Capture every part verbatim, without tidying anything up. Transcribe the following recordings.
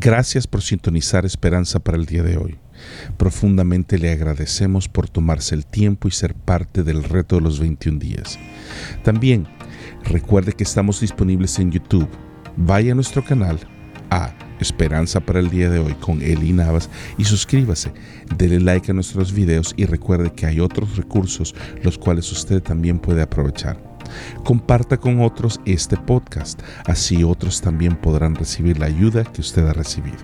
Gracias por sintonizar Esperanza para el día de hoy. Profundamente le agradecemos por tomarse el tiempo y ser parte del reto de los veintiún días. También recuerde que estamos disponibles en YouTube. Vaya a nuestro canal a Esperanza para el día de hoy con Eli Navas y suscríbase, dele like a nuestros videos y recuerde que hay otros recursos los cuales usted también puede aprovechar. Comparta con otros este podcast, así otros también podrán recibir la ayuda que usted ha recibido.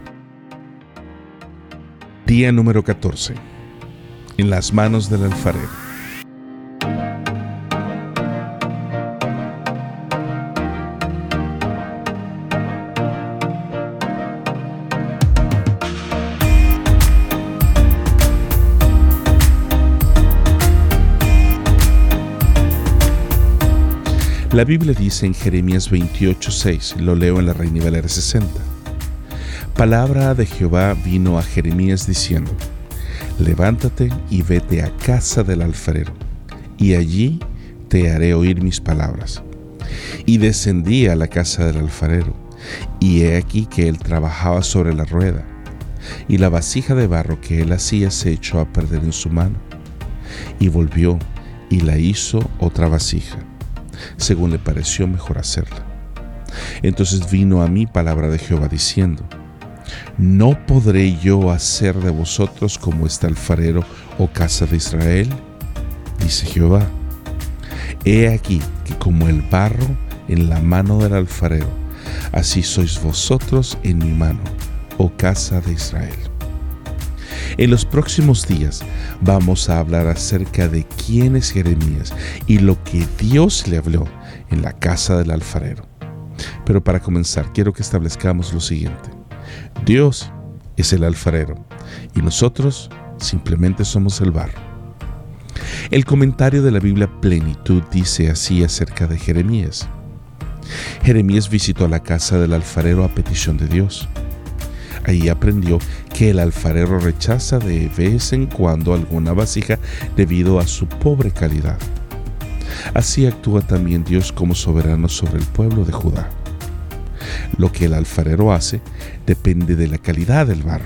Día número catorce. En las manos del alfarero. La Biblia dice en Jeremías veintiocho seis, lo leo en la Reina Valera sesenta. Palabra de Jehová vino a Jeremías diciendo: levántate y vete a casa del alfarero, y allí te haré oír mis palabras. Y descendí a la casa del alfarero, y he aquí que él trabajaba sobre la rueda, y la vasija de barro que él hacía se echó a perder en su mano, y volvió y la hizo otra vasija, según le pareció mejor hacerla. Entonces vino a mí palabra de Jehová diciendo: ¿no podré yo hacer de vosotros como este alfarero, oh casa de Israel? Dice Jehová: he aquí que como el barro en la mano del alfarero, así sois vosotros en mi mano, oh casa de Israel. En los próximos días vamos a hablar acerca de quién es Jeremías y lo que Dios le habló en la casa del alfarero. Pero para comenzar, quiero que establezcamos lo siguiente. Dios es el alfarero y nosotros simplemente somos el barro. El comentario de la Biblia Plenitud dice así acerca de Jeremías. Jeremías visitó la casa del alfarero a petición de Dios. Ahí aprendió que el alfarero rechaza de vez en cuando alguna vasija debido a su pobre calidad. Así actúa también Dios como soberano sobre el pueblo de Judá. Lo que el alfarero hace depende de la calidad del barro.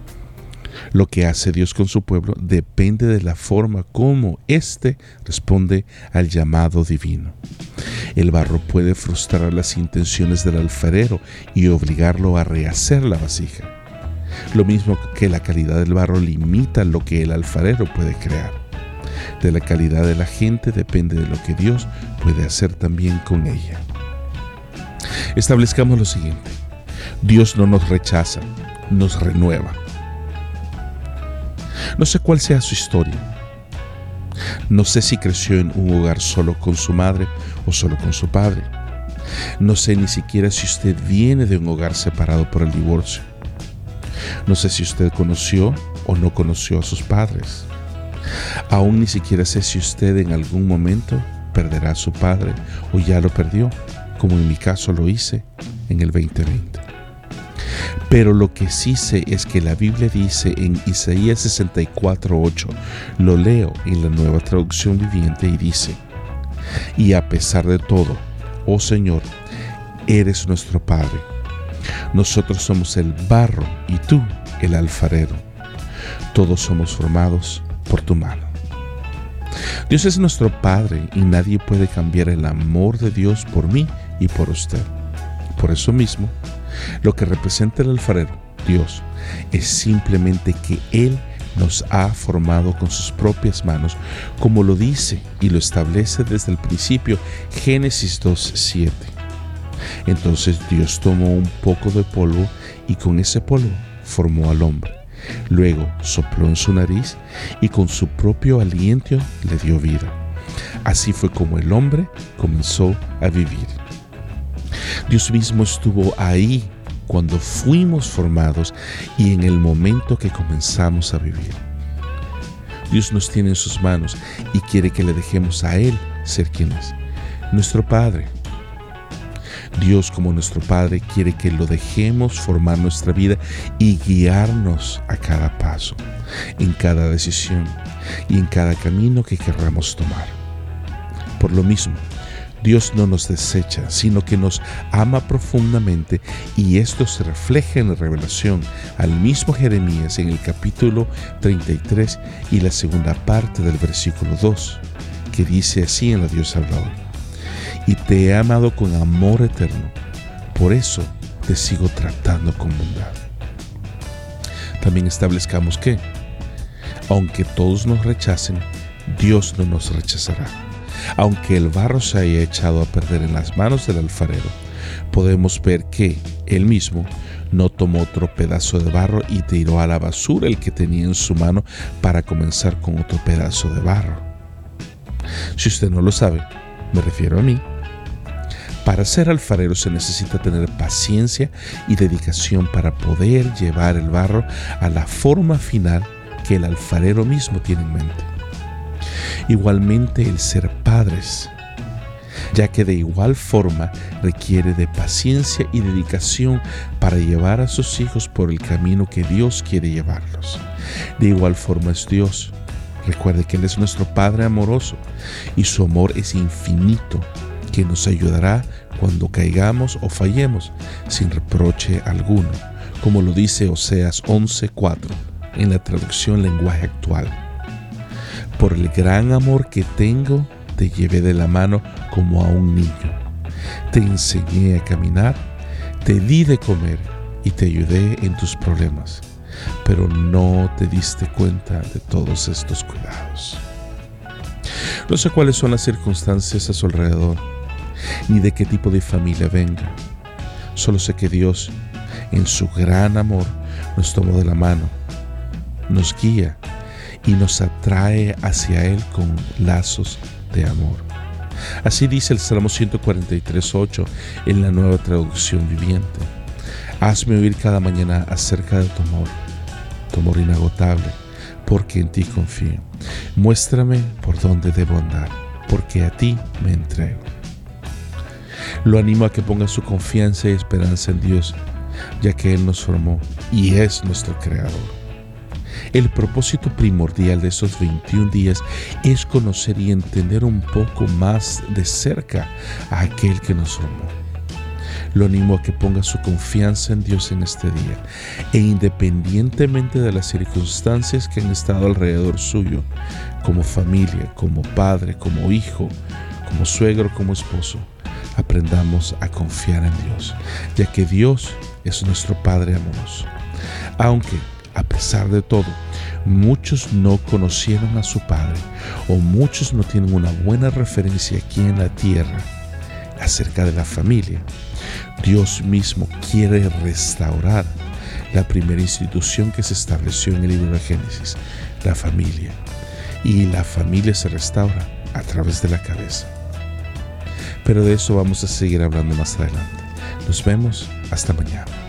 Lo que hace Dios con su pueblo depende de la forma como éste responde al llamado divino. El barro puede frustrar las intenciones del alfarero y obligarlo a rehacer la vasija. Lo mismo que la calidad del barro limita lo que el alfarero puede crear. De la calidad de la gente depende de lo que Dios puede hacer también con ella. Establezcamos lo siguiente: Dios no nos rechaza, nos renueva. No sé cuál sea su historia. No sé si creció en un hogar solo con su madre o solo con su padre. No sé ni siquiera si usted viene de un hogar separado por el divorcio. No sé si usted conoció o no conoció a sus padres. Aún ni siquiera sé si usted en algún momento perderá a su padre o ya lo perdió, como en mi caso lo hice en el veinte veinte. Pero lo que sí sé es que la Biblia dice en Isaías sesenta y cuatro ocho, lo leo en la Nueva Traducción Viviente y dice: y a pesar de todo, oh Señor, eres nuestro Padre. Nosotros somos el barro y tú el alfarero. Todos somos formados por tu mano. Dios es nuestro Padre y nadie puede cambiar el amor de Dios por mí y por usted. Por eso mismo, lo que representa el alfarero, Dios, es simplemente que Él nos ha formado con sus propias manos, como lo dice y lo establece desde el principio Génesis dos siete. Entonces Dios tomó un poco de polvo y con ese polvo formó al hombre. Luego sopló en su nariz y con su propio aliento le dio vida. Así fue como el hombre comenzó a vivir. Dios mismo estuvo ahí cuando fuimos formados y en el momento que comenzamos a vivir. Dios nos tiene en sus manos y quiere que le dejemos a Él ser quien es, nuestro Padre. Dios, como nuestro Padre, quiere que lo dejemos formar nuestra vida y guiarnos a cada paso, en cada decisión y en cada camino que querramos tomar. Por lo mismo, Dios no nos desecha, sino que nos ama profundamente, y esto se refleja en la revelación al mismo Jeremías en el capítulo treinta y tres y la segunda parte del versículo dos, que dice así en la Dios habla hoy: y te he amado con amor eterno, por eso te sigo tratando con bondad. También establezcamos que, aunque todos nos rechacen, Dios no nos rechazará. Aunque el barro se haya echado a perder en las manos del alfarero, podemos ver que Él mismo no tomó otro pedazo de barro y tiró a la basura el que tenía en su mano para comenzar con otro pedazo de barro. Si usted no lo sabe, me refiero a mí. Para ser alfarero se necesita tener paciencia y dedicación para poder llevar el barro a la forma final que el alfarero mismo tiene en mente. Igualmente el ser padres, ya que de igual forma requiere de paciencia y dedicación para llevar a sus hijos por el camino que Dios quiere llevarlos. De igual forma es Dios. Recuerde que Él es nuestro Padre amoroso y su amor es infinito, que nos ayudará cuando caigamos o fallemos sin reproche alguno, como lo dice Oseas once cuatro en la traducción lenguaje actual. Por el gran amor que tengo, te llevé de la mano como a un niño. Te enseñé a caminar, te di de comer y te ayudé en tus problemas, pero no te diste cuenta de todos estos cuidados. No sé cuáles son las circunstancias a su alrededor, ni de qué tipo de familia venga. Solo sé que Dios, en su gran amor, nos tomó de la mano, nos guía y nos atrae hacia Él con lazos de amor. Así dice el Salmo ciento cuarenta y tres ocho en la Nueva Traducción Viviente. Hazme oír cada mañana acerca de tu amor, tu amor inagotable, porque en ti confío. Muéstrame por dónde debo andar, porque a ti me entrego. Lo animo a que ponga su confianza y esperanza en Dios, ya que Él nos formó y es nuestro Creador. El propósito primordial de esos veintiún días es conocer y entender un poco más de cerca a aquel que nos formó. Lo animo a que ponga su confianza en Dios en este día, e independientemente de las circunstancias que han estado alrededor suyo, como familia, como padre, como hijo, como suegro, como esposo, aprendamos a confiar en Dios, ya que Dios es nuestro Padre amoroso. Aunque, a pesar de todo, muchos no conocieron a su Padre, o muchos no tienen una buena referencia aquí en la tierra acerca de la familia, Dios mismo quiere restaurar la primera institución que se estableció en el libro de Génesis, la familia. Y la familia se restaura a través de la cabeza. Pero de eso vamos a seguir hablando más adelante. Nos vemos hasta mañana.